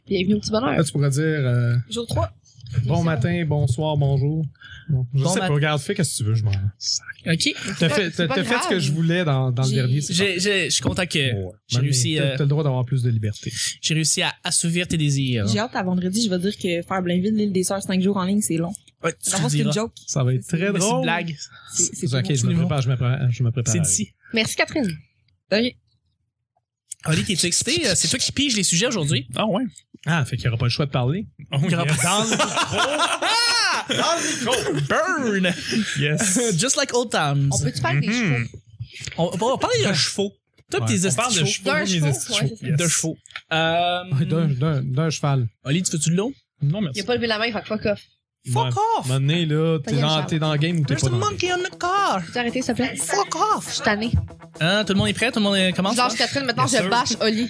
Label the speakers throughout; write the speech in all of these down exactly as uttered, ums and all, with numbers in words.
Speaker 1: Bienvenue au petit bonheur.
Speaker 2: Là, tu pourrais dire euh,
Speaker 3: Jour trois.
Speaker 2: bon matin, bonsoir, bonjour. Bon, je
Speaker 4: Bon
Speaker 2: sais
Speaker 4: mat-
Speaker 2: pas, regarde, fais qu'est-ce que tu veux, je m'en sac.
Speaker 4: OK.
Speaker 2: T'as
Speaker 1: pas-
Speaker 2: fait,
Speaker 1: c'est
Speaker 2: t'as,
Speaker 1: pas
Speaker 2: t'as fait
Speaker 1: grave.
Speaker 2: ce que je voulais dans, dans le
Speaker 4: J'ai-
Speaker 2: dernier. c'est
Speaker 4: j'ai- j'ai- Je suis content que
Speaker 2: parfait. Ouais.
Speaker 4: j'ai
Speaker 2: Mais
Speaker 4: réussi,
Speaker 2: T'as,
Speaker 4: euh,
Speaker 2: t'as le droit d'avoir plus de liberté.
Speaker 4: j'ai réussi à assouvir tes désirs.
Speaker 3: J'ai hâte à vendredi, je vais dire que faire Blainville, l'île des Sœurs, cinq jours en ligne, c'est long.
Speaker 4: Ouais, tu
Speaker 3: D'abord,
Speaker 4: le
Speaker 3: c'est une
Speaker 4: diras.
Speaker 3: joke.
Speaker 2: Ça va être très
Speaker 4: Mais c'est une
Speaker 2: drôle.
Speaker 4: blague.
Speaker 3: C'est, c'est
Speaker 2: C'est ok,
Speaker 3: tout
Speaker 2: je me
Speaker 4: Absolument.
Speaker 2: prépare, je me prépare. Je me prépare.
Speaker 4: C'est d'ici.
Speaker 1: Merci, Catherine.
Speaker 3: bon. Ok.
Speaker 4: Oli, t'es-tu excité? Euh, C'est toi qui pige les sujets aujourd'hui?
Speaker 5: Ah ouais.
Speaker 2: Ah, fait qu'il y aura pas le choix de parler.
Speaker 5: Oh,
Speaker 4: Il y aura
Speaker 5: yes.
Speaker 4: pas-
Speaker 2: Dans le micro. Dans le micro.
Speaker 4: Burn!
Speaker 5: Yes.
Speaker 4: Just like old times.
Speaker 1: On peut-tu parler des
Speaker 5: Mhm.
Speaker 1: chevaux?
Speaker 4: On, on va parler d'un chevaux. Toi pis
Speaker 2: Ouais.
Speaker 4: tes
Speaker 5: On parle de
Speaker 4: estis
Speaker 5: chevaux,
Speaker 1: D'un
Speaker 5: mes
Speaker 1: chevaux,
Speaker 5: estis
Speaker 1: ouais,
Speaker 5: chevaux.
Speaker 1: c'est ça.
Speaker 5: Yes.
Speaker 4: de chevaux. Euh,
Speaker 2: Ouais, D'un, d'un, d'un cheval.
Speaker 4: Oli, tu veux-tu de l'eau?
Speaker 5: Non,
Speaker 1: Il
Speaker 5: merci.
Speaker 1: a pas levé la main, fait que fuck off.
Speaker 4: Fuck
Speaker 2: Ouais.
Speaker 4: off!
Speaker 2: À un moment donné, là, t'es
Speaker 1: Pas
Speaker 2: dans,
Speaker 1: Charles.
Speaker 2: t'es dans le game ou t'es
Speaker 4: There's
Speaker 2: pas
Speaker 4: a
Speaker 2: dans le game.
Speaker 4: monkey on the car!
Speaker 1: Peux-tu arrêter, s'il te plaît?
Speaker 4: Fuck off!
Speaker 1: Je suis tannée.
Speaker 4: Hein, tout le monde est prêt? Tout le monde est- commence?
Speaker 1: Je lâche Catherine, maintenant
Speaker 5: Yes,
Speaker 1: je
Speaker 5: sir.
Speaker 1: bâche Oli.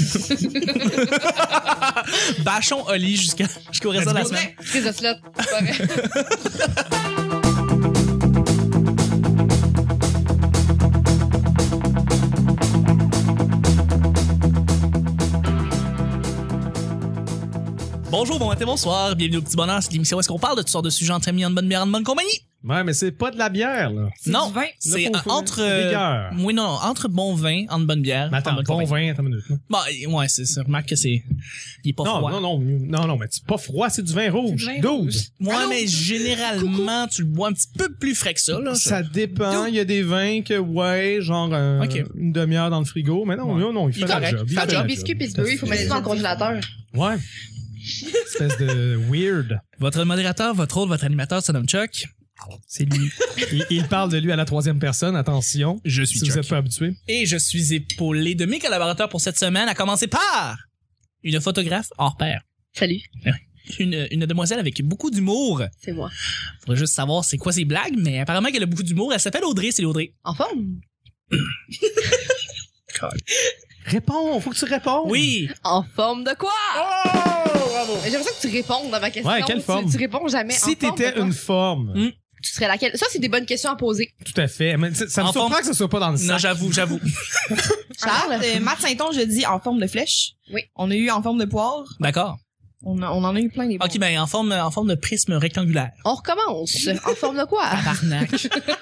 Speaker 4: Bâchons Oli jusqu'à, jusqu'au reste de la
Speaker 5: Let's go.
Speaker 4: semaine.
Speaker 1: Crise de slot. C'est pas vrai.
Speaker 4: Bonjour, bon matin, bonsoir. Bienvenue au Petit Bonheur. C'est l'émission où est-ce qu'on parle de toutes sortes de sujets entre amis, en bonne bière, en bonne compagnie.
Speaker 2: Ouais, mais c'est pas de la bière, là.
Speaker 3: C'est
Speaker 4: Non,
Speaker 3: du vin.
Speaker 4: c'est
Speaker 2: Là,
Speaker 4: euh,
Speaker 2: faut- faut-
Speaker 4: entre... euh,
Speaker 2: Rigueur.
Speaker 4: oui, non, non, entre bon vin, en bonne bière,
Speaker 2: Mais
Speaker 4: en
Speaker 2: attends,
Speaker 4: bonne
Speaker 2: bon
Speaker 4: compagnie.
Speaker 2: vin, attends une minute. là.
Speaker 4: Bon, euh, ouais, c'est ça. Remarque que c'est... Il est pas
Speaker 2: Non,
Speaker 4: froid.
Speaker 2: non, non, non, non, mais c'est pas froid, c'est du vin rouge.
Speaker 3: C'est du vin
Speaker 2: douze.
Speaker 4: Ouais,
Speaker 3: Allô?
Speaker 4: mais généralement, tu le bois un petit peu plus frais que ça, là.
Speaker 2: Ça dépend. Il y a des vins que, ouais, genre euh,
Speaker 4: Ok.
Speaker 2: une demi-heure dans le frigo. Mais non,
Speaker 4: Ouais.
Speaker 2: non, non, il fait
Speaker 4: Il est
Speaker 2: la
Speaker 4: correct.
Speaker 2: job. Il
Speaker 4: Fait
Speaker 2: fait
Speaker 4: la
Speaker 2: la
Speaker 1: Un
Speaker 2: job.
Speaker 1: biscuit Pittsburgh, il faut mettre ça dans le congélateur.
Speaker 2: Ouais. Espèce de weird.
Speaker 4: Votre modérateur, votre rôle, votre animateur se nomme Chuck.
Speaker 2: C'est lui. il, il parle de lui à la troisième personne. Attention.
Speaker 4: Je suis
Speaker 2: Si vous
Speaker 4: Chuck.
Speaker 2: êtes pas habitué.
Speaker 4: Et je suis épaulé de mes collaborateurs pour cette semaine, à commencer par une photographe hors pair.
Speaker 1: Salut,
Speaker 4: Une, une demoiselle avec beaucoup d'humour.
Speaker 1: c'est moi.
Speaker 4: Faudrait juste savoir c'est quoi ses blagues, mais apparemment qu'elle a beaucoup d'humour. Elle s'appelle Audrey, c'est Audrey.
Speaker 1: En forme?
Speaker 2: Réponds. Faut que tu répondes.
Speaker 4: Oui!
Speaker 1: En forme de quoi?
Speaker 2: Oh, bravo.
Speaker 1: J'aimerais ça que tu répondes à ma question.
Speaker 2: Ouais, quelle
Speaker 1: Tu-
Speaker 2: forme?
Speaker 1: Tu, réponds jamais.
Speaker 2: Si
Speaker 1: en forme de
Speaker 2: t'étais
Speaker 1: quoi?
Speaker 2: une forme.
Speaker 4: Hmm.
Speaker 1: Tu serais laquelle? Ça, c'est des bonnes questions à poser.
Speaker 2: Tout à fait. Mais ça, ça me
Speaker 4: En
Speaker 2: surprend
Speaker 4: forme-
Speaker 2: que ce soit pas dans le sac.
Speaker 4: Non, j'avoue, j'avoue.
Speaker 1: Charles?
Speaker 3: Matt, euh, Matt Saint-Onge, je dis en forme de flèche.
Speaker 1: Oui.
Speaker 3: On a eu en forme de poire.
Speaker 4: D'accord.
Speaker 3: On, a- on en a eu plein des bons.
Speaker 4: Ok, ben en forme, en forme de prisme rectangulaire.
Speaker 1: On recommence. En forme de quoi?
Speaker 4: Tabarnak.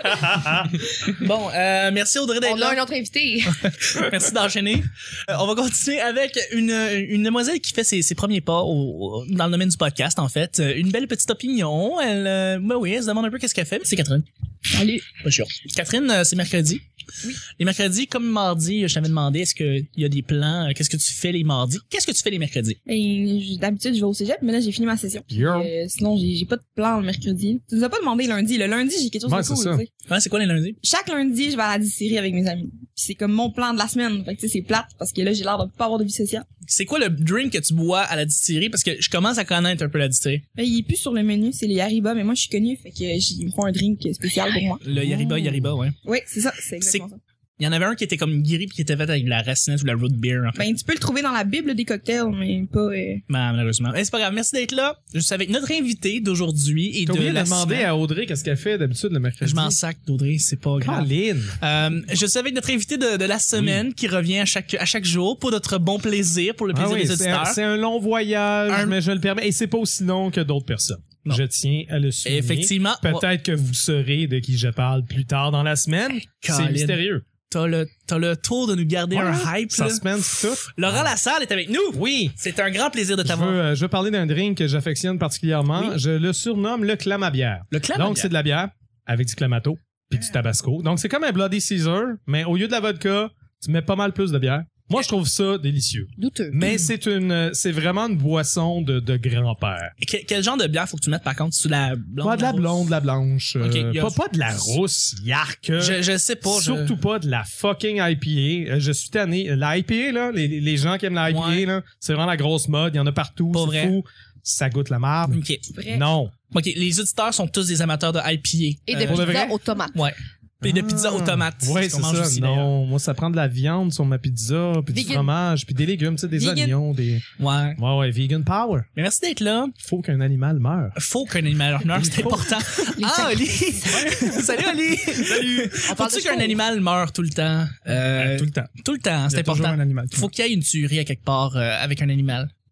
Speaker 4: Bon, euh, merci Audrey d'être
Speaker 1: On
Speaker 4: là.
Speaker 1: a un autre invité.
Speaker 4: Merci d'enchaîner. Euh, on va continuer avec une, une demoiselle qui fait ses, ses premiers pas au, au- dans le domaine du podcast, en fait. Euh, Une belle petite opinion. Elle, euh, ben oui, elle se demande un peu qu'est-ce qu'elle fait. C'est Catherine.
Speaker 3: Salut.
Speaker 4: Pas sûr. Catherine, euh, c'est mercredi.
Speaker 3: Oui.
Speaker 4: Les mercredis, comme mardi, je t'avais demandé, est-ce qu'il y a des plans? euh, Qu'est-ce que tu fais les mardis? Qu'est-ce que tu fais les mercredis?
Speaker 3: Ben, j- d'habitude, je vais au cégep, mais là, j'ai fini ma session.
Speaker 2: Yo.
Speaker 3: Euh, sinon, j'ai, j'ai pas de plan le mercredi. Tu nous as pas demandé lundi. Le lundi, j'ai quelque chose
Speaker 2: Ouais,
Speaker 3: de
Speaker 2: c'est
Speaker 3: cool,
Speaker 2: ça.
Speaker 3: tu sais.
Speaker 4: Ouais, c'est quoi les lundis?
Speaker 3: Chaque lundi, je vais à la distillerie avec mes amis. Puis c'est comme mon plan de la semaine. Fait que tu sais, c'est plate parce que là, j'ai l'air de pas avoir de vie sociale.
Speaker 4: C'est quoi le drink que tu bois à la distillerie? Parce que je commence à connaître un peu la distillerie.
Speaker 3: Ben, il est plus sur le menu, c'est les Yariba, mais moi, je suis connue, fait que j'ai, il me faut un drink spécial pour moi.
Speaker 4: Le Yariba, Yariba, ouais.
Speaker 3: Oui, c'est ça, c'est exactement ça.
Speaker 4: Il y en avait un qui était comme guéri puis qui était fait avec de la racinette ou de la root beer, en fait.
Speaker 3: Ben, tu peux le trouver dans la Bible des cocktails, mais pas... Euh...
Speaker 4: Ben, malheureusement. Eh, c'est pas grave. Merci d'être là. Je suis avec notre invité d'aujourd'hui et
Speaker 2: T'as
Speaker 4: de
Speaker 2: oublié de
Speaker 4: la
Speaker 2: demander
Speaker 4: semaine.
Speaker 2: à Audrey qu'est-ce qu'elle fait d'habitude le mercredi.
Speaker 4: Je m'en sac d'Audrey, c'est pas grave.
Speaker 2: Caroline.
Speaker 4: Euh, je suis avec notre invité de, de la semaine qui revient à chaque, à chaque jour pour notre bon plaisir, pour le
Speaker 2: Ah
Speaker 4: plaisir
Speaker 2: oui,
Speaker 4: des
Speaker 2: c'est un,
Speaker 4: auditeurs.
Speaker 2: c'est un long voyage,
Speaker 4: Un-
Speaker 2: mais je le permets. Et c'est pas aussi long que d'autres personnes.
Speaker 4: Non.
Speaker 2: Je tiens à le souligner.
Speaker 4: Effectivement.
Speaker 2: Peut-être que vous saurez de qui je parle plus tard dans la semaine. C'est
Speaker 4: Colin.
Speaker 2: mystérieux.
Speaker 4: T'as le, t'as le tour de nous garder
Speaker 2: Ouais,
Speaker 4: un hype, là.
Speaker 2: suspense, tout.
Speaker 4: Laurent Lassalle est avec nous.
Speaker 2: Oui.
Speaker 4: C'est un grand plaisir de
Speaker 2: Je
Speaker 4: t'avoir.
Speaker 2: veux, euh, je veux parler d'un drink que j'affectionne particulièrement.
Speaker 4: Oui.
Speaker 2: Je le surnomme le clam à bière.
Speaker 4: Le clam à
Speaker 2: Donc,
Speaker 4: bière.
Speaker 2: c'est de la bière avec du clamato puis du tabasco. Donc, c'est comme un Bloody Caesar, mais au lieu de la vodka, tu mets pas mal plus de bière. Moi, je trouve ça délicieux.
Speaker 1: Douteux.
Speaker 2: Mais c'est une, c'est vraiment une boisson de, de grand-père.
Speaker 4: Que- quel genre de bière faut que tu mettes, par contre? Tu la blonde?
Speaker 2: Pas de la
Speaker 4: rousse?
Speaker 2: blonde, de la blanche.
Speaker 4: Ok,
Speaker 2: euh,
Speaker 4: y a-
Speaker 2: pas, pas de la rousse, yark.
Speaker 4: Je, je sais pas. je-
Speaker 2: Surtout pas de la fucking I P A. Euh, Je suis tanné. La I P A, là, les, les gens qui aiment la I P A,
Speaker 4: Ouais.
Speaker 2: là, c'est vraiment la grosse mode. Il y en a partout.
Speaker 4: Pas
Speaker 2: C'est
Speaker 4: vrai.
Speaker 2: fou. Ça goûte la marde.
Speaker 4: Ok.
Speaker 3: Vrai.
Speaker 2: Non.
Speaker 4: Ok, les auditeurs sont tous des amateurs de I P A.
Speaker 1: Et de
Speaker 4: Euh,
Speaker 2: Pour de
Speaker 1: pizza
Speaker 2: vrai?
Speaker 1: aux tomates.
Speaker 4: Ouais. Puis de pizza aux tomates.
Speaker 2: Ouais,
Speaker 4: ce
Speaker 2: c'est
Speaker 4: qu'on mange
Speaker 2: ça.
Speaker 4: aussi, d'ailleurs.
Speaker 2: non, moi, ça prend de la viande sur ma pizza, puis du
Speaker 1: Vegan.
Speaker 2: fromage, puis des légumes, tu sais, des
Speaker 3: Vegan.
Speaker 2: oignons, des...
Speaker 4: Ouais.
Speaker 2: Ouais, ouais, vegan power.
Speaker 4: Mais merci d'être là.
Speaker 2: Faut qu'un animal meure.
Speaker 4: Faut qu'un animal meure, c'est
Speaker 2: Faut.
Speaker 4: important. Ah, Oli! Salut, Oli! Salut!
Speaker 1: On parle
Speaker 4: Faut-tu
Speaker 1: de
Speaker 4: qu'un
Speaker 1: chevaux.
Speaker 4: animal meure tout le temps? Euh,
Speaker 2: Tout le temps.
Speaker 4: tout le temps,
Speaker 2: Il
Speaker 4: c'est
Speaker 2: y a toujours
Speaker 4: important.
Speaker 2: un animal.
Speaker 4: Faut qu'il y ait une tuerie à quelque part euh, avec un animal.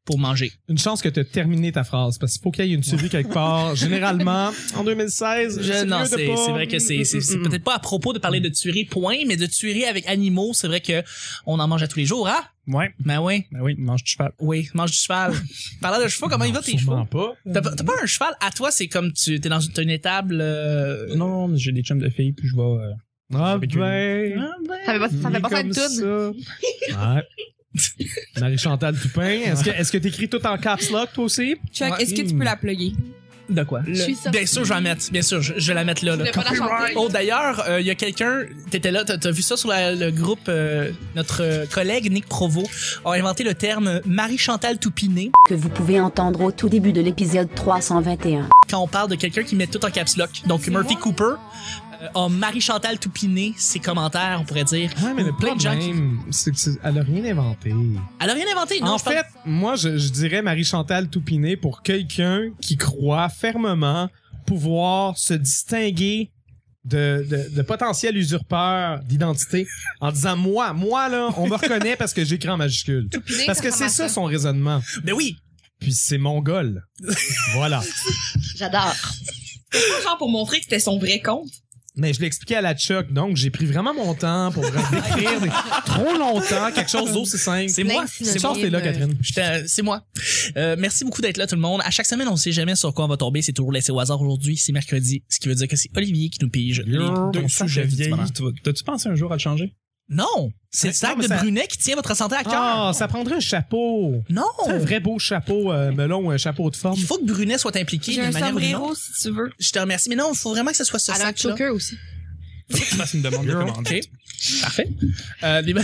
Speaker 4: pour manger.
Speaker 2: Une chance que tu as terminé ta phrase, parce qu'il faut qu'il y ait une tuerie quelque part. Généralement, en deux mille seize,
Speaker 4: Je,
Speaker 2: c'est
Speaker 4: non,
Speaker 2: mieux de
Speaker 4: c'est,
Speaker 2: pas-
Speaker 4: c'est vrai que c'est, c'est, c'est peut-être pas à propos de parler de tuerie, point, mais de tuerie avec animaux, c'est vrai que on en mange à tous les jours, hein?
Speaker 5: Ouais.
Speaker 4: Ben oui.
Speaker 5: Ben oui, mange du cheval.
Speaker 4: Oui, mange du cheval. Parlant de chevaux, comment il va tes chevaux?
Speaker 2: Sûrement pas.
Speaker 4: T'as, pas- t'as pas un cheval à toi, c'est comme tu t'es dans une, t'as une étable. Euh...
Speaker 5: Non, mais j'ai des chums de filles, puis je vais... euh,
Speaker 2: Ah
Speaker 5: Avec
Speaker 2: ben...
Speaker 4: Ah, ben.
Speaker 1: Ça fait pas, ça
Speaker 2: il
Speaker 1: fait
Speaker 2: est
Speaker 1: pas ça
Speaker 2: comme
Speaker 1: une toune.
Speaker 2: ça. Ouais. Marie-Chantal Toupin, est-ce que, est-ce que t'écris tout en caps lock, toi aussi?
Speaker 3: Chuck,
Speaker 4: Ouais.
Speaker 3: est-ce que tu peux la plugger?
Speaker 4: De quoi?
Speaker 1: Je suis sortie.
Speaker 4: Bien sûr, je vais la mettre. Bien sûr, je, je vais la mettre là.
Speaker 1: Je
Speaker 4: là.
Speaker 1: voulais pas la chanter.
Speaker 4: Oh, d'ailleurs, il euh, y a quelqu'un, t'étais là, t'as, t'as vu ça sur la- le groupe, euh, notre euh, collègue Nick Provo a inventé le terme Marie-Chantal Toupiné
Speaker 6: que vous pouvez entendre au tout début de l'épisode trois cent vingt et un.
Speaker 4: quand on parle de quelqu'un qui met tout en caps lock. Donc,
Speaker 3: C'est
Speaker 4: Murphy
Speaker 3: moi.
Speaker 4: Cooper euh, a Marie-Chantal Toupiné, ses commentaires, on pourrait dire.
Speaker 2: Ouais, mais le
Speaker 4: Plein de gens qui-
Speaker 2: problème, c'est qu'elle a rien inventé.
Speaker 4: Elle a rien inventé, non?
Speaker 2: en
Speaker 4: je parle-
Speaker 2: fait, moi, je, je dirais Marie-Chantal Toupiné pour quelqu'un qui croit fermement pouvoir se distinguer de, de, de potentiels usurpeurs d'identité en disant moi, moi là, on me reconnaît parce que j'écris en majuscule.
Speaker 1: Toupiné,
Speaker 2: Parce que c'est
Speaker 1: ressemble à
Speaker 2: ça son raisonnement.
Speaker 4: Ben oui.
Speaker 2: Puis c'est mongol. Voilà.
Speaker 1: J'adore.
Speaker 3: C'est pas genre pour montrer que c'était son vrai compte.
Speaker 2: Mais je l'ai expliqué à la Chuck, donc j'ai pris vraiment mon temps pour décrire des- trop longtemps quelque chose d'aussi simple.
Speaker 4: C'est
Speaker 1: Plein
Speaker 4: moi.
Speaker 1: de
Speaker 2: C'est
Speaker 1: synonymes,
Speaker 2: chance que t'es là,
Speaker 1: euh,
Speaker 2: Catherine.
Speaker 4: J'étais- C'est moi. Euh, merci beaucoup d'être là, tout le monde. À chaque semaine, on sait jamais sur quoi on va tomber. C'est toujours laissé au hasard. Aujourd'hui, c'est mercredi, ce qui veut dire que c'est Olivier qui nous pige les
Speaker 2: Yo,
Speaker 4: deux
Speaker 5: Ton sac
Speaker 4: sujets
Speaker 5: de
Speaker 4: du
Speaker 5: vieilli,
Speaker 4: moment.
Speaker 5: tu vas- t'as-tu pensé un jour à le changer?
Speaker 4: Non, c'est le
Speaker 2: Non,
Speaker 4: sac
Speaker 2: mais
Speaker 4: de
Speaker 2: ça-
Speaker 4: Brunet qui tient votre santé à cœur.
Speaker 2: Ah, ça prendrait un chapeau.
Speaker 4: Non,
Speaker 2: C'est un vrai beau chapeau euh, melon ou un chapeau de forme.
Speaker 4: il faut que Brunet soit impliqué
Speaker 3: J'ai
Speaker 4: d'une
Speaker 3: un
Speaker 4: manière ou d'une autre.
Speaker 3: sombrero si tu veux.
Speaker 4: Je te remercie, mais non, il faut vraiment que ce soit ce
Speaker 1: Elle a un
Speaker 4: sac-là.
Speaker 1: choker aussi.
Speaker 5: Faut que tu fasses une demande de
Speaker 2: Yo.
Speaker 5: commande.
Speaker 4: Ok, parfait. Euh, les...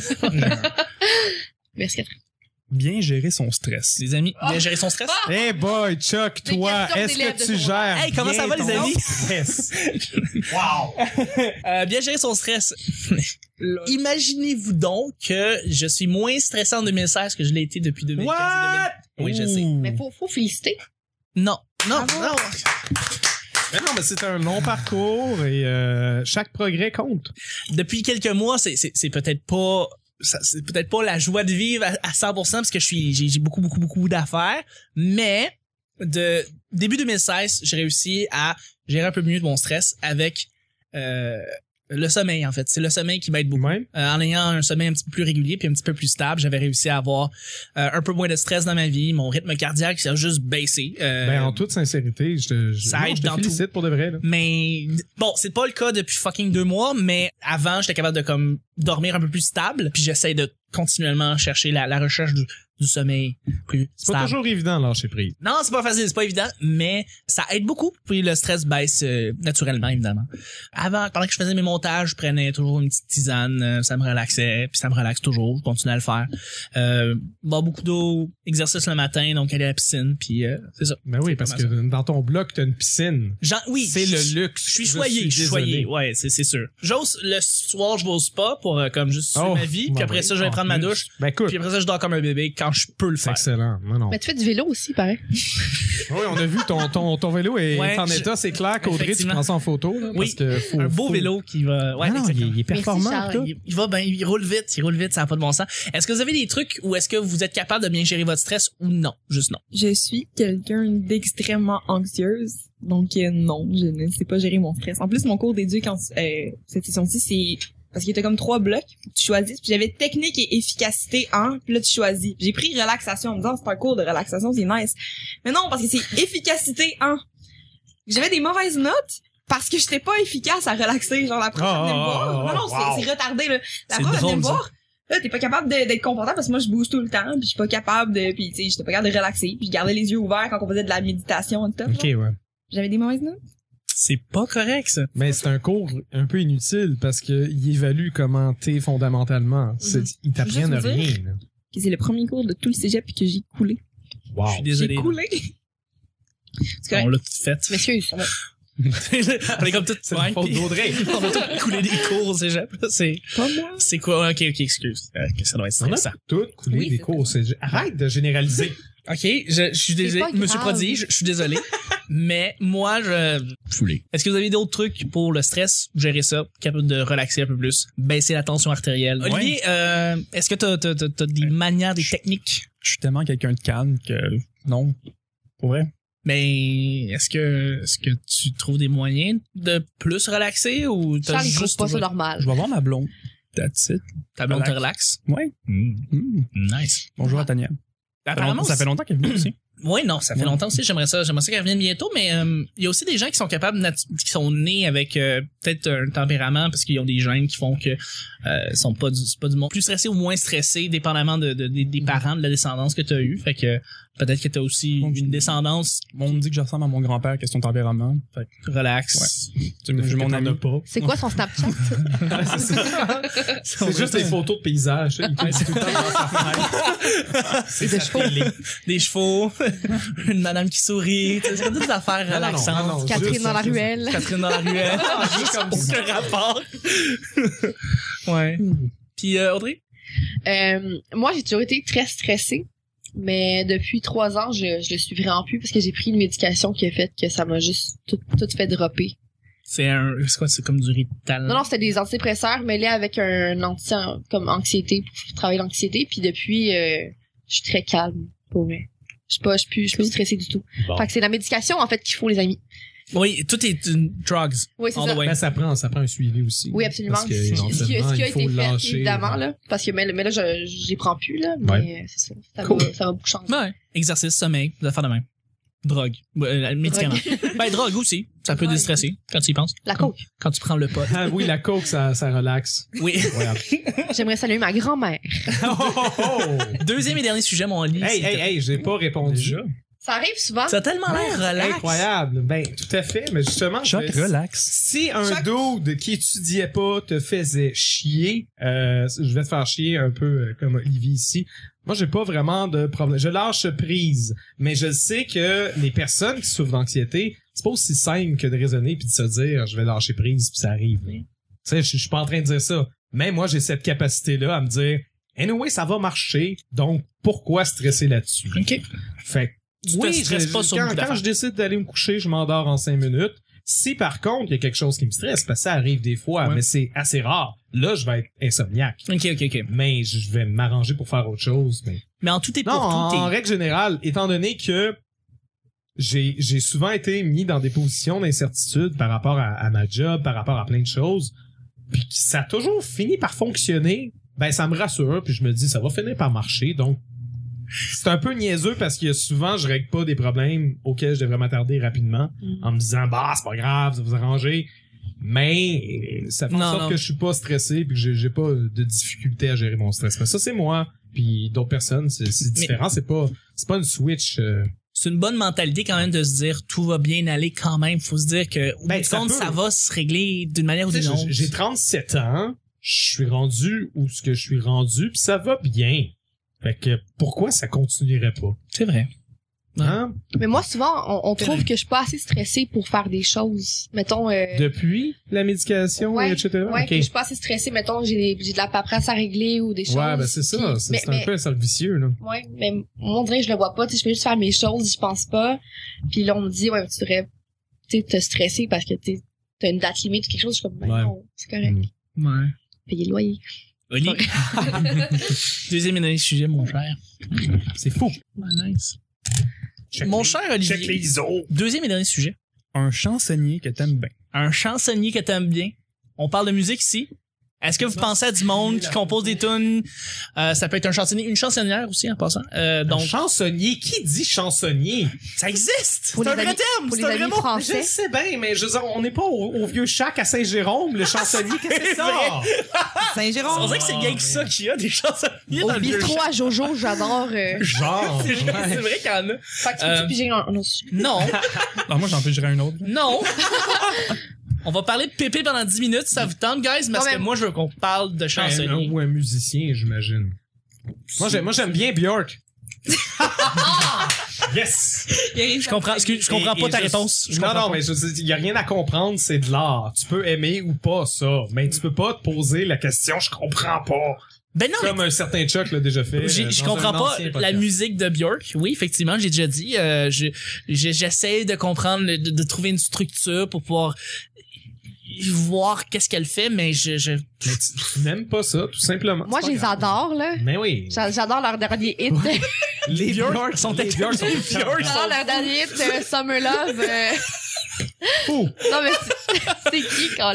Speaker 1: Merci, Catherine.
Speaker 5: Bien gérer son stress.
Speaker 4: les amis, bien gérer son stress.
Speaker 2: Hey boy, Chuck,
Speaker 1: Des
Speaker 2: toi,
Speaker 1: questions
Speaker 2: est-ce
Speaker 1: d'élèves
Speaker 2: que
Speaker 1: de
Speaker 2: tu
Speaker 1: secondaire.
Speaker 2: gères
Speaker 4: Hey, comment ça
Speaker 2: bien
Speaker 4: va, les
Speaker 2: ton
Speaker 4: amis?
Speaker 2: stress?
Speaker 4: Euh, bien gérer son stress. Imaginez-vous donc que je suis moins stressé en deux mille seize que je l'ai été depuis deux mille quinze.
Speaker 2: What?
Speaker 4: Oui, je sais.
Speaker 2: Ouh.
Speaker 1: Mais faut, faut féliciter.
Speaker 4: Non, non,
Speaker 3: Bravo.
Speaker 4: non.
Speaker 2: Mais non, mais c'est un long parcours et euh, chaque progrès compte.
Speaker 4: Depuis quelques mois, c'est, c'est, c'est peut-être pas, ça- c'est peut-être pas la joie de vivre à, à cent pour cent parce que je suis, j'ai, j'ai beaucoup, beaucoup, beaucoup d'affaires. Mais de début deux mille seize, j'ai réussi à gérer un peu mieux de mon stress avec euh, le sommeil, en fait. C'est le sommeil qui m'aide beaucoup.
Speaker 2: Même.
Speaker 4: Euh, en ayant un sommeil un petit peu plus régulier puis un petit peu plus stable, j'avais réussi à avoir euh, un peu moins de stress dans ma vie. Mon rythme cardiaque s'est juste baissé. Euh,
Speaker 2: Ben, en toute sincérité, je te, je,
Speaker 4: ça
Speaker 2: non,
Speaker 4: aide
Speaker 2: je te
Speaker 4: dans
Speaker 2: félicite pour de vrai. Là.
Speaker 4: Mais bon, c'est pas le cas depuis fucking deux mois, mais avant, j'étais capable de comme dormir un peu plus stable, puis j'essaie de continuellement chercher la, la recherche du, du sommeil plus
Speaker 2: C'est pas
Speaker 4: stable.
Speaker 2: toujours évident de lâcher prise.
Speaker 4: Non, c'est pas facile, c'est pas évident, mais ça aide beaucoup. Puis le stress baisse euh, naturellement, évidemment. Avant, pendant que je faisais mes montages, je prenais toujours une petite tisane, euh, ça me relaxait, puis ça me relaxe toujours, je continue à le faire. Euh, boire beaucoup d'eau, exercice le matin, donc aller à la piscine, puis euh, c'est ça.
Speaker 2: Ben oui,
Speaker 4: C'est
Speaker 2: parce
Speaker 4: pas
Speaker 2: que
Speaker 4: mal
Speaker 2: dans ton bloc, t'as une piscine.
Speaker 4: Genre, oui.
Speaker 2: C'est
Speaker 4: je-
Speaker 2: le luxe.
Speaker 4: Je suis choyé, je suis
Speaker 2: désolé.
Speaker 4: choyé. Ouais, c'est, c'est sûr. J'ose, le soir, je vais au spa pour, euh, comme, juste suivre
Speaker 2: Oh,
Speaker 4: ma vie, puis
Speaker 2: ben
Speaker 4: après
Speaker 2: oui,
Speaker 4: ça, je vais
Speaker 2: en
Speaker 4: prendre ma
Speaker 2: plus.
Speaker 4: douche,
Speaker 2: Ben écoute,
Speaker 4: puis après ça, je dors comme un bébé quand je peux le
Speaker 2: c'est
Speaker 4: faire.
Speaker 2: excellent. Non, non.
Speaker 1: Mais tu fais du vélo aussi, pareil.
Speaker 2: Oui, on a vu ton, ton, ton vélo est
Speaker 4: Ouais,
Speaker 2: en
Speaker 4: je-
Speaker 2: état. C'est clair qu'Audrey, tu
Speaker 4: Effectivement.
Speaker 2: prends ça en photo. Là,
Speaker 4: Oui,
Speaker 2: parce que faut,
Speaker 4: Un beau
Speaker 2: faut-
Speaker 4: vélo qui va, ouais,
Speaker 2: Ah non, il,
Speaker 4: exactement.
Speaker 2: est- il est performant.
Speaker 1: Charles.
Speaker 2: tout.
Speaker 4: Il, il va ben, il roule vite, il roule vite, ça n'a pas de bon sens. Est-ce que vous avez des trucs où est-ce que vous êtes capable de bien gérer votre stress ou non? Juste non.
Speaker 3: Je suis quelqu'un d'extrêmement anxieuse. Donc, euh, non, je ne sais pas gérer mon stress. En plus, mon cours d'éduc, en- euh, cette session-ci, c'est parce qu'il y a comme trois blocs. Faut que tu choisisses. Puis j'avais technique et efficacité en. Puis là, tu choisis. J'ai pris relaxation en me disant, c'est un cours de relaxation, c'est nice. Mais non, parce que c'est efficacité en. J'avais des mauvaises notes parce que j'étais pas efficace à relaxer. Genre, la prof
Speaker 2: Oh,
Speaker 3: venait me
Speaker 2: oh,
Speaker 3: voir.
Speaker 2: oh,
Speaker 3: non, non,
Speaker 2: wow.
Speaker 3: c'est, c'est retardé, là. La
Speaker 4: C'est
Speaker 3: prof venait
Speaker 4: drôle,
Speaker 3: me
Speaker 4: ça.
Speaker 3: voir. Là, t'es pas capable de- d'être confortable parce que moi, je bouge tout le temps, puis je suis pas capable de, puis tu sais, j'étais pas capable de relaxer, puis je gardais les yeux ouverts quand on faisait de la méditation et tout.
Speaker 2: OK, ouais.
Speaker 3: J'avais des mauvaises notes.
Speaker 4: C'est pas correct, ça.
Speaker 2: Mais c'est un cours un peu inutile parce qu'il évalue comment t'es fondamentalement. C'est,
Speaker 3: Mhm.
Speaker 2: ils t'apprennent
Speaker 3: Je veux
Speaker 2: rien.
Speaker 3: juste
Speaker 2: là.
Speaker 3: Que c'est le premier cours de tout le cégep puis que j'ai coulé.
Speaker 2: Wow.
Speaker 4: Je suis désolé.
Speaker 3: J'ai coulé. C'est correct.
Speaker 4: On l'a tout fait.
Speaker 1: Je m'excuse. ça va.
Speaker 4: On est comme tout,
Speaker 2: C'est la faute
Speaker 4: puis-
Speaker 2: d'Audrey.
Speaker 4: on a tout coulé des cours au cégep, là. C'est,
Speaker 3: Pas moi.
Speaker 4: c'est quoi? Ok, ok, excuse. Euh, que ça doit être
Speaker 2: On a
Speaker 4: stressant.
Speaker 2: tout coulé
Speaker 3: Oui,
Speaker 2: des
Speaker 3: c'est
Speaker 2: cours. C'est- Arrête de généraliser.
Speaker 4: Ok, je, je suis désolé,
Speaker 1: pas
Speaker 4: Monsieur
Speaker 1: grave.
Speaker 4: Prodige, je suis désolé. Mais moi, je... Foulé. Est-ce que vous avez d'autres trucs pour le stress? Gérer ça, capable de relaxer un peu plus, baisser la tension artérielle.
Speaker 5: Ouais.
Speaker 4: Olivier, euh, est-ce que t'as, t'as, t'as, t'as des manières, des techniques?
Speaker 5: Je suis tellement quelqu'un de calme que non. Pour vrai.
Speaker 4: Mais est-ce que est-ce que tu trouves des moyens de plus relaxer ou t'as
Speaker 1: Charles, il trouve
Speaker 4: juste
Speaker 1: pas ça normal.
Speaker 5: Je vais voir ma blonde. That's it.
Speaker 4: ta blonde te relaxe?
Speaker 5: Ouais.
Speaker 4: Mm.
Speaker 5: Mm.
Speaker 4: Nice.
Speaker 5: Bonjour à Tania.
Speaker 4: Apparemment,
Speaker 5: Ça fait longtemps qu'elle est venue aussi.
Speaker 4: Oui, non, ça fait
Speaker 5: Ouais.
Speaker 4: longtemps aussi. J'aimerais ça, j'aimerais ça qu'elle revienne bientôt, mais euh, il y a aussi des gens qui sont capables, natu- qui sont nés avec euh, peut-être un tempérament parce qu'ils ont des gènes qui font que euh, sont pas du, c'est pas du monde plus stressé ou moins stressé, dépendamment de, de- des- des parents, de la descendance que tu as eu. Fait que peut-être que tu as aussi
Speaker 5: Bon,
Speaker 4: une descendance
Speaker 5: On me dit que je ressemble à mon grand-père, question tempérament. Fait que,
Speaker 4: relax.
Speaker 5: tu sais, j'ai mon ami.
Speaker 2: pas.
Speaker 1: C'est quoi son Snapchat?
Speaker 2: C'est juste des photos de paysages. Il fait tout le temps dans sa fenêtre. C'est
Speaker 1: Des
Speaker 2: sa
Speaker 1: chevaux.
Speaker 2: télé.
Speaker 4: Des chevaux, une madame qui sourit, tu sais, c'est comme des affaires
Speaker 2: Non, non, non,
Speaker 4: relaxantes.
Speaker 2: non, non,
Speaker 1: Catherine
Speaker 2: juste
Speaker 1: dans la
Speaker 2: ça, juste ça.
Speaker 1: ruelle.
Speaker 4: Catherine dans la ruelle.
Speaker 2: Juste comme ça.
Speaker 4: Aucun rapport. Ouais. Puis euh, Audrey?
Speaker 1: Euh, moi, j'ai toujours été très stressée. Mais depuis trois ans, je, je le suis vraiment plus parce que j'ai pris une médication qui a fait que ça m'a juste tout, tout fait dropper.
Speaker 4: C'est un, c'est quoi, c'est comme du Rital?
Speaker 1: Non, non, c'était des antidépresseurs mêlés avec un anti comme anxiété pour travailler l'anxiété. Puis depuis, euh, je suis très calme, pour vrai. Je suis pas, je suis plus, je suis plus stressée du tout.
Speaker 2: Bon.
Speaker 1: Fait que c'est la médication en fait qu'il faut, les amis.
Speaker 4: Oui, tout est une drugs.
Speaker 1: Oui, c'est
Speaker 4: All
Speaker 1: ça.
Speaker 4: the way.
Speaker 2: Ben, ça prend, ça prend un suivi aussi.
Speaker 1: Oui, absolument.
Speaker 2: Parce que,
Speaker 1: Ce qui- ce qui, ce qui
Speaker 2: éventuellement,
Speaker 1: a
Speaker 2: il
Speaker 1: été
Speaker 2: faut
Speaker 1: fait,
Speaker 2: lâcher.
Speaker 1: évidemment, là. Parce que, mais, mais là, je, j'y prends plus, là. Mais
Speaker 2: Ouais.
Speaker 1: euh, c'est ça. Ça,
Speaker 2: Cool.
Speaker 1: va, ça va beaucoup changer.
Speaker 4: Ouais. Exercice, sommeil, des affaires de même. Drogue. Euh, médicaments. Ben, drogue aussi. Ça peut
Speaker 1: Drogue.
Speaker 4: déstresser quand tu y penses.
Speaker 1: La coke.
Speaker 4: Quand tu prends le pot.
Speaker 2: Ah oui, la coke, ça, ça relaxe.
Speaker 4: Oui.
Speaker 2: Ouais.
Speaker 1: J'aimerais saluer ma grand-mère.
Speaker 2: Oh, oh, oh.
Speaker 4: Deuxième et dernier sujet, mon lit.
Speaker 2: Hey, hey, hey, j'ai pas répondu.
Speaker 5: Déjà.
Speaker 1: Ça arrive souvent.
Speaker 4: Ça a tellement l'air relax.
Speaker 2: Incroyable. Ben, tout à fait. Mais justement,
Speaker 5: Choc,
Speaker 2: je-
Speaker 5: relax.
Speaker 2: si un dude qui étudiait pas te faisait chier, euh, je vais te faire chier un peu euh, comme Olivier ici. Moi, j'ai pas vraiment de problème. Je lâche prise, mais je sais que les personnes qui souffrent d'anxiété, c'est pas aussi simple que de raisonner puis de se dire je vais lâcher prise puis ça arrive. Tu sais, je je suis pas en train de dire ça. Mais moi, j'ai cette capacité-là à me dire anyway, ça va marcher, donc pourquoi stresser là-dessus?
Speaker 4: OK.
Speaker 2: Fait que,
Speaker 4: Tu te stresses
Speaker 2: je-
Speaker 4: pas sur
Speaker 2: quand,
Speaker 4: beaucoup
Speaker 2: quand
Speaker 4: d'affaires.
Speaker 2: je décide d'aller me coucher, je m'endors en cinq minutes. Si par contre, il y a quelque chose qui me stresse, parce que ça arrive des fois,
Speaker 4: Ouais.
Speaker 2: mais c'est assez rare, là, je vais être insomniaque.
Speaker 4: OK, OK, OK.
Speaker 2: Mais je vais m'arranger pour faire autre chose. Mais...
Speaker 4: Mais en tout et
Speaker 2: Non,
Speaker 4: pour
Speaker 2: en,
Speaker 4: tout,
Speaker 2: en
Speaker 4: t'es...
Speaker 2: règle générale, étant donné que j'ai j'ai souvent été mis dans des positions d'incertitude par rapport à, à ma job, par rapport à plein de choses, puis que ça a toujours fini par fonctionner, ben ça me rassure, puis je me dis ça va finir par marcher, donc c'est un peu niaiseux parce que souvent je règle pas des problèmes auxquels je devrais m'attarder rapidement
Speaker 1: Mm.
Speaker 2: en me disant bah c'est pas grave, ça va vous arranger, mais ça fait en
Speaker 4: Non,
Speaker 2: sorte
Speaker 4: non.
Speaker 2: que je suis pas stressé puis que j'ai j'ai pas de difficulté à gérer mon stress. Mais ça c'est moi, puis d'autres personnes c'est c'est différent, c'est pas c'est pas une switch. euh,
Speaker 4: C'est une bonne mentalité quand même de se dire tout va bien aller quand même. Faut se dire que au
Speaker 2: Ben,
Speaker 4: bout du
Speaker 2: ça
Speaker 4: compte,
Speaker 2: peut.
Speaker 4: ça va se régler d'une manière ou
Speaker 2: Tu sais,
Speaker 4: d'une autre.
Speaker 2: j'ai j'ai trente-sept ans, je suis rendu où ce que je suis rendu, puis ça va bien. Fait que pourquoi ça continuerait pas?
Speaker 4: C'est vrai. Ouais.
Speaker 2: Hein?
Speaker 1: Mais moi, souvent, on, on
Speaker 4: C'est
Speaker 1: trouve
Speaker 4: vrai.
Speaker 1: que je suis pas assez stressée pour faire des choses. Mettons, euh,
Speaker 2: Depuis la médication,
Speaker 1: Ouais,
Speaker 2: et cetera.
Speaker 1: ouais,
Speaker 2: Ok.
Speaker 1: que je suis pas assez stressée. Mettons, j'ai des- j'ai de la paperasse à régler ou des choses.
Speaker 2: Ouais, ben c'est ça.
Speaker 1: Puis-
Speaker 2: C'est
Speaker 1: mais,
Speaker 2: c'est un
Speaker 1: mais-
Speaker 2: peu un cercle vicieux, là.
Speaker 1: Ouais, mais moi, on dirait que je le vois pas. Tu sais, je peux juste faire mes choses, je pense pas. Puis là, on me dit, ouais, tu devrais, tu sais, te stresser parce que tu t'as une date limite ou quelque chose. Je suis comme, ben
Speaker 2: Ouais.
Speaker 1: non, c'est correct.
Speaker 2: Mm.
Speaker 4: Ouais.
Speaker 1: Payer le loyer.
Speaker 4: Oli. Deuxième et dernier sujet, mon cher.
Speaker 2: C'est fou.
Speaker 4: Ouais, nice.
Speaker 2: Check
Speaker 4: Mon
Speaker 2: les-
Speaker 4: cher Olivier.
Speaker 2: Check les I S O.
Speaker 4: Deuxième et dernier sujet.
Speaker 5: Un chansonnier que t'aimes bien.
Speaker 4: Un chansonnier que t'aimes bien. On parle de musique ici. Est-ce que vous pensez à du monde qui compose des tunes? Euh, ça peut être un chansonnier, une chansonnière aussi en passant. Euh,
Speaker 2: Donc,
Speaker 4: donc,
Speaker 2: chansonnier, qui dit chansonnier?
Speaker 4: ça existe!
Speaker 1: Pour
Speaker 4: C'est un
Speaker 1: les
Speaker 4: vrai
Speaker 1: amis-
Speaker 4: terme!
Speaker 1: Pour
Speaker 4: C'est
Speaker 1: les
Speaker 4: un vrai
Speaker 1: amis
Speaker 4: mot!
Speaker 2: Je
Speaker 1: français.
Speaker 2: sais bien, mais je veux dire, on n'est pas au, au vieux Chac à Saint-Jérôme, le chansonnier, qu'est-ce que c'est ça?
Speaker 4: On
Speaker 3: Saint-Jérôme.
Speaker 4: dirait que c'est bien que ça qu'il y a des chansonniers dans
Speaker 1: Au
Speaker 4: le vieux
Speaker 1: bistrot à Jojo, j'adore. Euh...
Speaker 2: Genre.
Speaker 4: C'est vrai, c'est
Speaker 2: ouais.
Speaker 4: vrai qu'il y en a.
Speaker 1: Fait que tu
Speaker 4: Euh,
Speaker 1: peux piger un, un autre sujet.
Speaker 4: Non,
Speaker 5: Ah, moi, j'en peux gérer un autre. là.
Speaker 4: non. On va parler de Pépé pendant dix minutes, ça vous tente, guys, parce
Speaker 1: Non, mais-
Speaker 4: que moi, je veux qu'on parle de
Speaker 2: Un,
Speaker 4: chansonnier.
Speaker 2: ou un musicien, j'imagine. Moi, j'aime, moi, j'aime bien Björk. Yes!
Speaker 4: Je comprends, excuse, je comprends
Speaker 2: Et-
Speaker 4: pas
Speaker 2: et
Speaker 4: ta
Speaker 2: je-
Speaker 4: réponse. Je
Speaker 2: non,
Speaker 4: comprends
Speaker 2: non,
Speaker 4: pas.
Speaker 2: mais il y a rien à comprendre, c'est de l'art. Tu peux aimer ou pas ça, mais tu peux pas te poser la question, je comprends pas.
Speaker 4: Ben non,
Speaker 2: Comme un certain Chuck l'a déjà fait.
Speaker 4: J'ai-
Speaker 2: euh,
Speaker 4: je
Speaker 2: dans
Speaker 4: comprends
Speaker 2: un
Speaker 4: pas
Speaker 2: ancien
Speaker 4: la
Speaker 2: podcast.
Speaker 4: musique de Björk. Oui, effectivement, j'ai déjà dit. Euh, je, je- j'essaie de comprendre, de, de trouver une structure pour pouvoir voir qu'est-ce qu'elle fait, mais je, je...
Speaker 2: Mais tu, tu n'aimes pas ça, tout simplement.
Speaker 1: Moi,
Speaker 2: C'est
Speaker 1: je
Speaker 2: pas
Speaker 1: les
Speaker 2: grave.
Speaker 1: adore, là.
Speaker 2: Mais oui.
Speaker 1: J'a- J'adore leur dernier hit.
Speaker 2: Les
Speaker 4: Björk
Speaker 2: Björk
Speaker 4: sont
Speaker 2: les Björk sont
Speaker 4: les Björk
Speaker 1: J'adore leur dernier hit, euh, Summer Love. euh.
Speaker 2: fous.
Speaker 1: Non, mais c'est- c'est qui, quand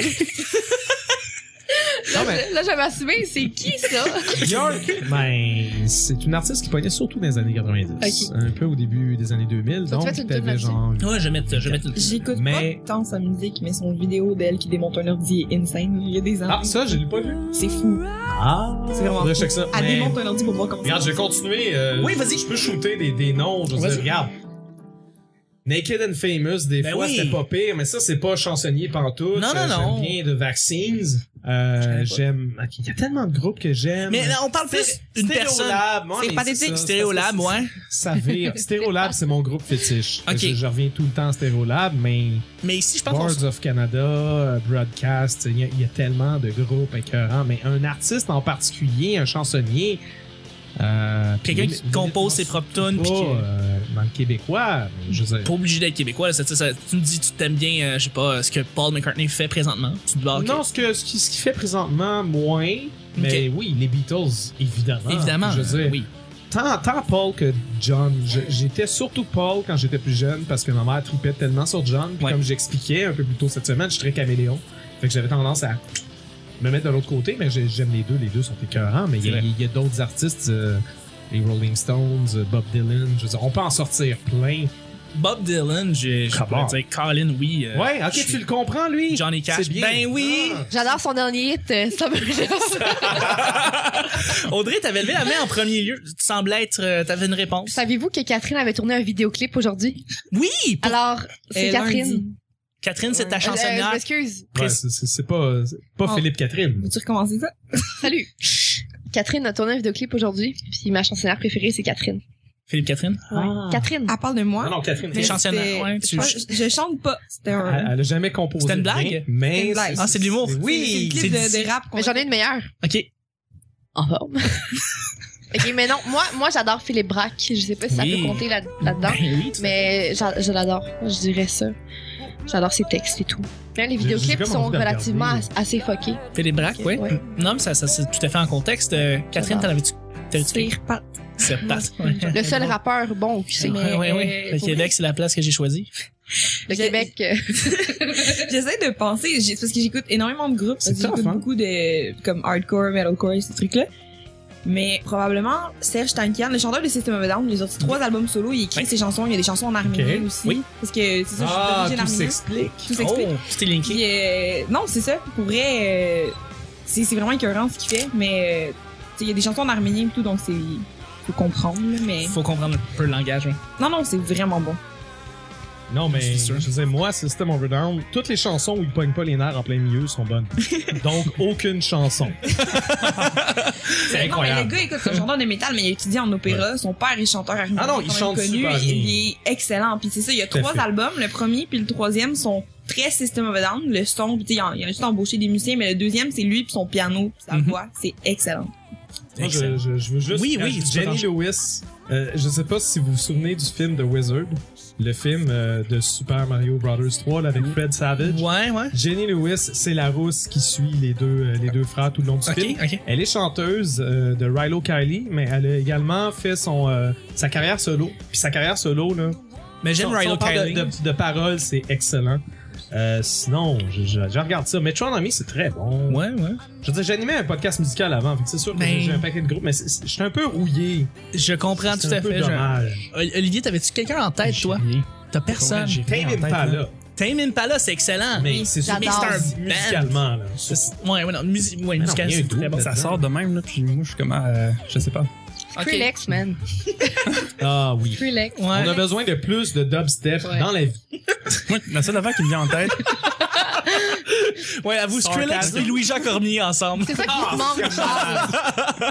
Speaker 2: Non, mais
Speaker 1: Là, je vais m'assumer, c'est qui, ça?
Speaker 2: Björk, ben, c'est une artiste qui pognait surtout dans les années quatre-vingt-dix.
Speaker 1: Ok.
Speaker 2: Un peu au début des années deux mille.
Speaker 1: Ça, tu
Speaker 2: Donc,
Speaker 1: fais une
Speaker 2: t'avais
Speaker 1: tune là-dessus?
Speaker 2: genre...
Speaker 4: Ouais, je vais mettre, je vais mettre.
Speaker 3: J'écoute
Speaker 2: Mais-
Speaker 3: pas tant sa musique, mais son vidéo d'elle qui démonte un ordi est insane. Il y a des
Speaker 2: Ah,
Speaker 3: années.
Speaker 2: ça, je l'ai pas vu.
Speaker 3: C'est fou.
Speaker 2: Ah.
Speaker 3: C'est vraiment
Speaker 2: Faudrait
Speaker 3: fou.
Speaker 2: checker ça.
Speaker 3: Elle
Speaker 2: Mais-
Speaker 3: démonte un ordi pour voir comment
Speaker 2: Regarde, je vais continuer. euh,
Speaker 4: Oui, vas-y.
Speaker 2: Je peux shooter des, des noms. Je veux
Speaker 4: Vas-y.
Speaker 2: dire, regarde. Naked and Famous, des
Speaker 4: Ben
Speaker 2: fois,
Speaker 4: oui.
Speaker 2: c'était pas pire, mais ça, c'est pas chansonnier pantoute.
Speaker 4: Non, non,
Speaker 2: Euh,
Speaker 4: non.
Speaker 2: J'aime bien de Vaccines.
Speaker 4: Je
Speaker 2: Euh,
Speaker 4: connais pas.
Speaker 2: j'aime... Il y a tellement de groupes que j'aime.
Speaker 4: Mais là, on parle plus d'une personne.
Speaker 2: Stéréolab, moi,
Speaker 3: C'est
Speaker 2: mais
Speaker 3: pathétique.
Speaker 2: ça,
Speaker 4: Stéréolab,
Speaker 2: ça,
Speaker 4: ouais.
Speaker 2: Ça vire. Stéréolab, c'est mon groupe fétiche.
Speaker 4: Ok.
Speaker 2: Je, je reviens tout le temps à Stéréolab, mais
Speaker 4: Mais ici, je pense qu'on
Speaker 2: Boards of Canada, euh, Broadcast, il y, a- il y a tellement de groupes écœurants, mais un artiste en particulier, un chansonnier, euh,
Speaker 4: quelqu'un
Speaker 2: puis-
Speaker 4: qui compose ses propres tunes,
Speaker 2: pas,
Speaker 4: puis qui
Speaker 2: euh, dans le québécois, mais je veux dire,
Speaker 4: pas obligé d'être québécois. Là, ça, ça, ça- tu me dis, tu t'aimes bien, euh, je sais pas, ce que Paul McCartney fait présentement. Tu te dis, ah, ok.
Speaker 2: non, ce que ce qui, ce qui fait présentement moins, mais oui, les Beatles, évidemment.
Speaker 4: Évidemment.
Speaker 2: Je veux dire,
Speaker 4: oui.
Speaker 2: tant, tant Paul que John. Je- j'étais surtout Paul quand j'étais plus jeune parce que ma mère tripait tellement sur John. Puis
Speaker 4: Ouais.
Speaker 2: comme j'expliquais un peu plus tôt cette semaine, je suis très caméléon. Fait que j'avais tendance à me mettre de l'autre côté, mais j'ai- j'aime les deux. Les deux sont écœurants, mais il y a,
Speaker 4: C'est vrai.
Speaker 2: il y a d'autres artistes, euh, les Rolling Stones, euh, Bob Dylan. Je veux dire, on peut en sortir plein.
Speaker 4: Bob Dylan, je, je
Speaker 2: Come
Speaker 4: pourrais
Speaker 2: on.
Speaker 4: dire Colin, oui. euh,
Speaker 2: Ouais, ok,
Speaker 4: je suis-
Speaker 2: tu le comprends, lui.
Speaker 4: Johnny Cash.
Speaker 2: C'est bien.
Speaker 4: Ben oui.
Speaker 2: Ah.
Speaker 1: J'adore son dernier hit, euh, Summer Love.
Speaker 4: Audrey, t'avais levé la main en premier lieu. Tu semblais être, euh, t'avais une réponse.
Speaker 1: Saviez-vous que Catherine avait tourné un vidéoclip aujourd'hui?
Speaker 4: Oui. pour-
Speaker 1: Alors, c'est
Speaker 3: Euh,
Speaker 1: Catherine.
Speaker 3: lundi.
Speaker 4: Catherine, c'est ta
Speaker 1: Euh,
Speaker 4: chansonnière.
Speaker 1: je m'excuse.
Speaker 2: Ouais, c'est- c'est c'est pas, c'est pas
Speaker 3: Oh.
Speaker 2: Philippe Catherine.
Speaker 3: Veux-tu recommencer ça?
Speaker 1: Salut. Catherine a tourné un vidéoclip aujourd'hui, puis ma chansonnière préférée, c'est Catherine.
Speaker 4: Philippe Catherine.
Speaker 3: Ah.
Speaker 1: Catherine.
Speaker 3: Elle parle de moi.
Speaker 2: Non, non, Catherine.
Speaker 4: T'es
Speaker 3: Mais
Speaker 4: chansonnière,
Speaker 3: c'était-
Speaker 4: ouais, tu-
Speaker 3: je, je chante pas. C'était
Speaker 2: Elle,
Speaker 3: un.
Speaker 2: elle a jamais composé.
Speaker 4: C'était une
Speaker 2: rien,
Speaker 4: blague?
Speaker 2: mais
Speaker 3: C'était une blague.
Speaker 4: Ah, c'est de l'humour.
Speaker 3: C'est
Speaker 2: Oui,
Speaker 3: une clip
Speaker 4: c'est
Speaker 3: de,
Speaker 4: dit-
Speaker 3: de rap. qu'on-
Speaker 1: Mais j'en ai une meilleure.
Speaker 4: Ok.
Speaker 1: En forme. Ok, mais non, moi, moi j'adore Philippe Braque. Je sais pas si
Speaker 4: Oui.
Speaker 1: ça peut compter là- là-dedans.
Speaker 4: Ben oui, tu-
Speaker 1: Mais j'a- je l'adore. Je dirais ça. J'adore ses textes et tout. Même les
Speaker 2: J'ai- j'ai
Speaker 1: vidéoclips
Speaker 2: comme
Speaker 1: sont
Speaker 2: envie de la
Speaker 1: relativement
Speaker 2: regarder.
Speaker 1: as- assez fuckés.
Speaker 4: Philippe Braque, ouais.
Speaker 1: Ouais.
Speaker 4: Non, mais ça, ça c'est tout à fait en contexte. Euh, Catherine, t'en avais-tu? T'avais-tu fait?
Speaker 3: C'est pas.
Speaker 4: C'est reparti. Ouais.
Speaker 1: Le seul rappeur bon que c'est.
Speaker 4: Ouais, ouais, ouais.
Speaker 3: euh,
Speaker 4: Le
Speaker 3: pour
Speaker 4: Québec, c'est la place que j'ai choisie.
Speaker 1: Le
Speaker 3: J'ai-
Speaker 1: Québec. euh,
Speaker 3: J'essaie de penser, j'ai- parce que j'écoute énormément de groupes,
Speaker 2: C'est
Speaker 3: parce que
Speaker 2: tough,
Speaker 3: j'écoute
Speaker 2: hein?
Speaker 3: beaucoup de comme hardcore, metalcore, ces trucs-là. Mais probablement Serge Tankian, le chanteur de System of a Down, il a sorti trois albums solo, il écrit
Speaker 4: Ouais.
Speaker 3: ses chansons, il y a des chansons en arménien
Speaker 2: Ok.
Speaker 3: aussi.
Speaker 4: Oui.
Speaker 3: Parce que c'est ça, je suis
Speaker 2: Ah,
Speaker 3: d'origine
Speaker 2: tout
Speaker 3: arménienne.
Speaker 2: s'explique.
Speaker 3: Tout s'explique.
Speaker 4: Oh, c'était linké.
Speaker 3: Puis, euh, non, c'est ça. Pour vrai, euh, c'est c'est vraiment écœurant ce qu'il fait, mais euh, tu sais, il y a des chansons en arménien et tout, donc c'est faut comprendre, là, mais
Speaker 4: Faut comprendre un peu le langage. Ouais.
Speaker 3: non, non, c'est vraiment bon.
Speaker 2: Non, mais
Speaker 4: Je suis sûr.
Speaker 2: je disais, moi, System of a Down, toutes les chansons où ils pognent pas les nerfs en plein milieu sont bonnes. Donc, aucune chanson. C'est
Speaker 3: Non, mais
Speaker 2: incroyable.
Speaker 3: le gars, écoute, c'est un chanteur de métal, mais il a étudié en opéra. Son père est chanteur arménien.
Speaker 2: Ah non, il
Speaker 3: quand même
Speaker 2: chante
Speaker 3: connu.
Speaker 2: super
Speaker 3: Il,
Speaker 2: bien.
Speaker 3: il est excellent. Puis c'est ça, il y a
Speaker 2: Tout à
Speaker 3: trois
Speaker 2: fait.
Speaker 3: albums. Le premier puis le troisième sont très System of a Down. Le son, puis tu sais, il en- il a juste embauché des musiciens, mais le deuxième, c'est lui puis son piano, puis sa
Speaker 4: Mhm.
Speaker 3: voix. C'est excellent.
Speaker 2: Moi, je,
Speaker 4: Excellent.
Speaker 2: je, je veux juste.
Speaker 4: Oui,
Speaker 2: quand
Speaker 4: oui,
Speaker 2: je dis
Speaker 4: tu peux
Speaker 2: Jenny
Speaker 4: t'en-
Speaker 2: Lewis. Euh, je sais pas si vous vous souvenez du film The Wizard, le film euh, de Super Mario Bros. trois là, avec Fred Savage.
Speaker 4: Ouais, ouais.
Speaker 2: Jenny Lewis, c'est la rousse qui suit les deux, euh, les deux frères tout le long du
Speaker 4: Ok,
Speaker 2: film.
Speaker 4: ok.
Speaker 2: Elle est chanteuse euh, de Rilo Kiley, mais elle a également fait son euh, sa carrière solo. Puis sa carrière solo, là.
Speaker 4: Mais j'aime
Speaker 2: si on- si
Speaker 4: Rilo
Speaker 2: on parle
Speaker 4: Kiley.
Speaker 2: de, de, de paroles, c'est excellent. Euh, sinon, je, je, je regarde ça. Metronomy, c'est très bon.
Speaker 4: Ouais, ouais.
Speaker 2: Je veux dire, j'animais un podcast musical avant, fait que c'est sûr que
Speaker 4: Ben-
Speaker 2: j'ai un paquet de groupes, mais c'est- c'est- je suis un peu rouillé.
Speaker 4: Je comprends tout
Speaker 2: C'est un
Speaker 4: à
Speaker 2: peu
Speaker 4: fait. je-
Speaker 2: dommage.
Speaker 4: Ol- Olivier, t'avais-tu quelqu'un en tête, toi?
Speaker 2: J'ai-
Speaker 4: T'as personne.
Speaker 5: J'ai rien en
Speaker 2: Tame
Speaker 5: tête,
Speaker 2: Impala.
Speaker 5: là.
Speaker 4: Tame Impala, c'est excellent.
Speaker 2: Mais c'est sûr
Speaker 1: J'adore.
Speaker 2: que c'est un musicalement, là.
Speaker 4: C'est- Ouais, ouais, non, musi- ouais,
Speaker 2: non,
Speaker 4: musical,
Speaker 2: rien
Speaker 4: c'est
Speaker 2: du
Speaker 4: très
Speaker 2: tout.
Speaker 4: bon.
Speaker 5: Ça sort de même, là, puis moi, je suis comme, euh, je sais pas.
Speaker 4: Ok.
Speaker 1: Skrillex, man.
Speaker 2: Ah oui.
Speaker 1: Skrillex.
Speaker 4: Ouais.
Speaker 2: On a besoin de plus de dubstep
Speaker 1: Ouais.
Speaker 2: dans la vie.
Speaker 5: Moi, la seule affaire qui me vient en tête,
Speaker 4: Ouais, avoue, Skrillex
Speaker 2: Sarcasme.
Speaker 4: et Louis-Jacques Cormier ensemble.
Speaker 1: C'est ça qui te manque, Charles.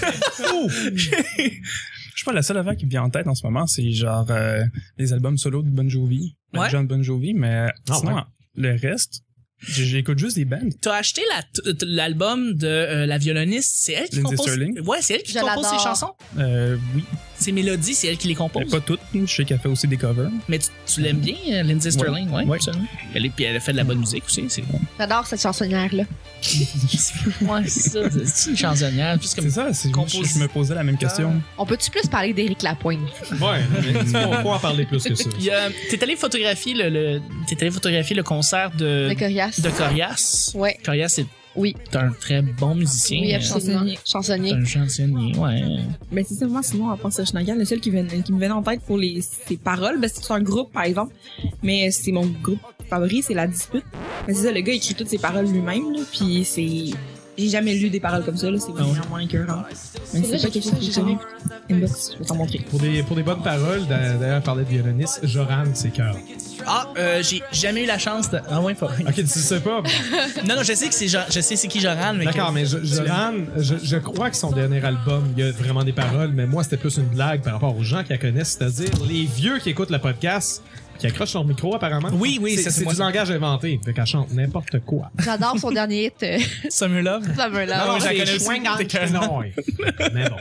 Speaker 5: je sais pas, la seule affaire qui me vient en tête en ce moment, c'est genre euh, les albums solo de Bon Jovi,
Speaker 4: Ouais.
Speaker 5: John Bon Jovi, mais
Speaker 2: Ah,
Speaker 5: sinon,
Speaker 2: ouais.
Speaker 5: le reste, J'écoute juste des bands.
Speaker 4: T'as acheté la, t- t- l'album de euh, la violoniste, c'est elle qui
Speaker 5: Lindsay
Speaker 4: compose.
Speaker 5: Sterling.
Speaker 4: Ouais, c'est elle qui
Speaker 1: Je
Speaker 4: compose ses
Speaker 1: l'adore.
Speaker 4: chansons.
Speaker 5: Euh, oui.
Speaker 4: Ses mélodies, c'est elle qui les compose.
Speaker 5: Mais pas toutes. Je sais qu'elle fait aussi des covers.
Speaker 4: Mais tu, tu l'aimes bien, euh, Lindsay Sterling, ouais.
Speaker 5: Ouais.
Speaker 4: absolument. Elle est, puis elle a fait de la bonne musique aussi. C'est
Speaker 1: J'adore cette chansonnière-là.
Speaker 4: ouais, c'est ça. C'est, c'est une chansonnière. Plus comme
Speaker 5: C'est ça, c'est,
Speaker 4: compositeur.
Speaker 5: je me posais la même question.
Speaker 1: On peut-tu plus parler d'Éric Lapointe?
Speaker 2: Ouais, mais faut, faut en parler plus que ça.
Speaker 4: Il y a- T'es allé photographier le, le t'es allé photographier le concert de
Speaker 1: De Corias.
Speaker 4: de Corias.
Speaker 1: Ouais.
Speaker 4: Corias, c'est
Speaker 1: Oui.
Speaker 4: un très bon musicien.
Speaker 1: Oui,
Speaker 4: Euh,
Speaker 1: absolument.
Speaker 3: Chansonnier.
Speaker 1: Chansonnier.
Speaker 4: un chansonnier, ouais.
Speaker 3: Ben c'est ça, moi sinon à part ça Schnagan, le seul qui, vient, qui me venait en tête pour les ses paroles, ben c'est un groupe par exemple, mais c'est mon groupe favori, c'est La Dispute. Ben c'est ça, le gars écrit toutes ses paroles lui-même, là, puis c'est j'ai jamais lu des paroles comme ça, là, c'est
Speaker 4: Ah ouais.
Speaker 3: vraiment écœurant. Mais
Speaker 1: C'est vrai,
Speaker 3: c'est pas quelque
Speaker 1: j'ai-
Speaker 3: chose que
Speaker 1: j'ai
Speaker 3: j'ai
Speaker 1: jamais
Speaker 3: jamais inbox, je vais t'en montrer.
Speaker 2: Pour des, pour des bonnes paroles, d'a- d'ailleurs, parler de violoniste, Joran, c'est cœur.
Speaker 4: Ah, euh, j'ai jamais eu la chance de. Ah ouais, pas.
Speaker 2: Ok, tu sais pas.
Speaker 4: Non, non, je sais que c'est Jo- je sais c'est qui Joran, mais.
Speaker 2: D'accord,
Speaker 4: que-
Speaker 2: mais Jo- Joran, je, je crois que son dernier album, il y a vraiment des paroles, mais moi, c'était plus une blague par rapport aux gens qui la connaissent, c'est-à-dire les vieux qui écoutent le podcast, qui accrochent leur micro apparemment.
Speaker 4: Oui, oui,
Speaker 2: c'est,
Speaker 4: ça, c'est
Speaker 2: c'est
Speaker 4: moi.
Speaker 2: du langage inventé, fait qu'elle chante n'importe quoi.
Speaker 1: J'adore son dernier hit. euh,
Speaker 4: Summer Love.
Speaker 1: Summerland.
Speaker 4: Non, mais je la
Speaker 2: les
Speaker 4: connais aussi,
Speaker 2: chouins
Speaker 4: t'es
Speaker 2: gagnent,
Speaker 4: que-
Speaker 2: non, ouais. Mais bon.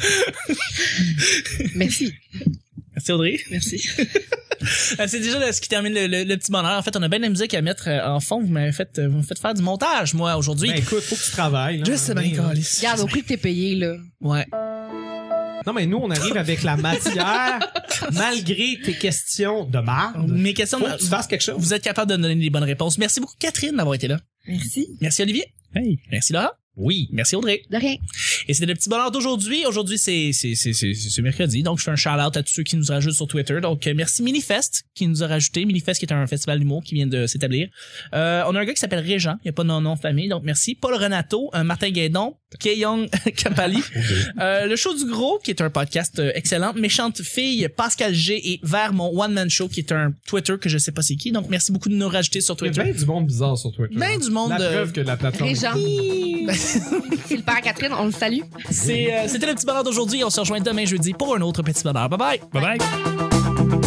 Speaker 1: Merci.
Speaker 4: Merci Audrey.
Speaker 1: Merci.
Speaker 4: Euh, C'est déjà là, ce qui termine le, le- le petit bonheur. En fait, on a bien de la musique à mettre euh, en fond. Vous m'avez fait, euh, vous me faites faire du montage, moi, aujourd'hui.
Speaker 2: Ben écoute, faut que tu travailles. là,
Speaker 4: je sais bien,
Speaker 2: Mais, euh,
Speaker 4: câlisse.
Speaker 1: Regarde, au prix que t'es payé, là.
Speaker 4: Ouais.
Speaker 2: Non, mais nous, on arrive avec la matière, malgré tes questions de marde.
Speaker 4: Mes questions,
Speaker 2: Faut que tu fasses quelque chose.
Speaker 4: vous êtes capable de donner des bonnes réponses. Merci beaucoup, Catherine, d'avoir été là.
Speaker 3: Merci.
Speaker 4: Merci, Olivier.
Speaker 5: Hey!
Speaker 4: Merci, Laura.
Speaker 2: Oui.
Speaker 4: Merci, Audrey.
Speaker 1: De rien.
Speaker 4: Et c'était le petit bonheur d'aujourd'hui. Aujourd'hui, c'est, c'est, c'est, c'est, c'est mercredi. Donc, je fais un shout-out à tous ceux qui nous rajoutent sur Twitter. Donc, euh, merci Minifest qui nous a rajouté. Minifest qui est un festival d'humour qui vient de s'établir. Euh, on a un gars qui s'appelle Régent. Il n'y a pas de nom, nom de famille. Donc, merci. Paul Renato, euh, Martin Guédon, Keyong Kapali. Euh, le show du gros, qui est un podcast euh, excellent. Méchante fille, Pascal G et vers mon One Man Show, qui est un Twitter que je sais pas c'est qui. Donc, merci beaucoup de nous rajouter sur
Speaker 2: Il y a
Speaker 4: Twitter.
Speaker 2: bien du monde bizarre sur Twitter.
Speaker 4: Ben du monde.
Speaker 2: La
Speaker 4: euh,
Speaker 2: preuve que la plateforme.
Speaker 1: Régent. C'est le père à Catherine, on le salue.
Speaker 4: c'est, euh, c'était le petit bonheur d'aujourd'hui. On se rejoint demain jeudi pour un autre petit bonheur. Bye bye.
Speaker 5: Bye bye!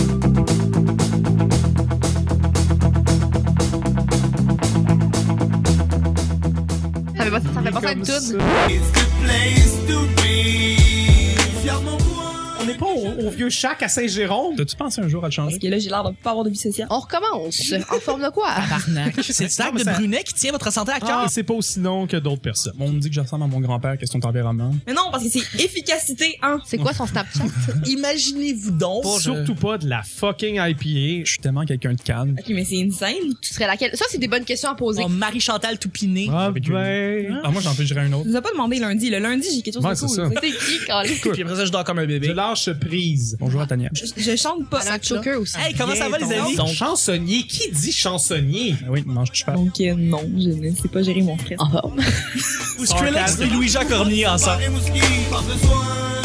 Speaker 1: Ça fait pas, ça fait pas ça une
Speaker 2: Comme
Speaker 1: toune.
Speaker 2: ça. On n'est pas au, au vieux Chac à Saint-Jérôme.
Speaker 5: T'as-tu pensé un jour à le changer?
Speaker 3: Parce que là, j'ai l'air de pas avoir de vie sociale.
Speaker 1: On recommence. En forme de quoi?
Speaker 4: Tabarnak. C'est le sac
Speaker 2: Non, mais
Speaker 4: de
Speaker 2: ça-
Speaker 4: Brunet qui tient votre santé à cœur.
Speaker 2: Ah, c'est pas aussi non que d'autres personnes.
Speaker 5: On me dit que je ressemble à mon grand-père, question de tempérament.
Speaker 3: Mais non, parce que c'est efficacité, hein.
Speaker 1: C'est quoi son Snapchat?
Speaker 4: Imaginez-vous donc. Pas, je-
Speaker 2: Surtout pas de la fucking I P A.
Speaker 5: Je suis tellement quelqu'un de calme.
Speaker 3: Ok, mais c'est insane.
Speaker 1: Tu serais laquelle? Ça, c'est des bonnes questions à poser.
Speaker 4: Oh, Marie-Chantal Toupiné.
Speaker 2: Ah
Speaker 5: Avec
Speaker 2: ben...
Speaker 5: Ah, moi, j'en pigerais un autre.
Speaker 3: Tu nous as pas demandé lundi. Le lundi, j'ai quelque chose
Speaker 2: Ouais,
Speaker 3: de
Speaker 2: c'est
Speaker 3: cool.
Speaker 2: ça.
Speaker 3: tu sais.
Speaker 1: C'est qui, Carly?
Speaker 4: Puis après ça, je dors comme un
Speaker 2: Je
Speaker 4: bébé.
Speaker 2: lâche prise.
Speaker 5: Bonjour à Tania.
Speaker 3: Je, je chante pas.
Speaker 1: Elle a un
Speaker 3: cette là.
Speaker 1: choker aussi.
Speaker 4: Hey, comment ça va, les
Speaker 2: Bien,
Speaker 4: amis?
Speaker 2: donc, chansonnier. Qui dit chansonnier?
Speaker 5: Ah oui, mange du cheval.
Speaker 3: Donc, euh, non, je ne sais pas gérer mon stress.
Speaker 1: En forme.
Speaker 4: Ou Skrillex et Louis-Jean Cormier ensemble.
Speaker 7: Pas besoin